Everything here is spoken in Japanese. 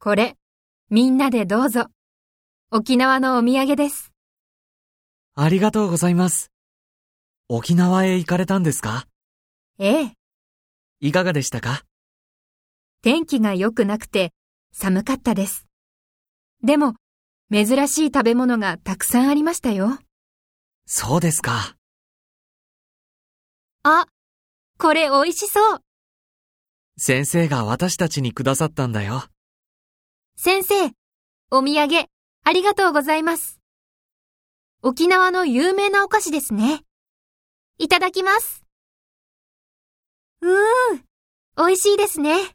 これ、みんなでどうぞ。沖縄のお土産です。 ありがとうございます。沖縄へ行かれたんですか？ ええ。 いかがでしたか？ 天気が良くなくて寒かったです。でも、珍しい食べ物がたくさんありましたよ。 そうですか。 あ、これ美味しそう。 先生が私たちにくださったんだよ。 先生、お土産ありがとうございます。沖縄の有名なお菓子ですね。いただきます。美味しいですね。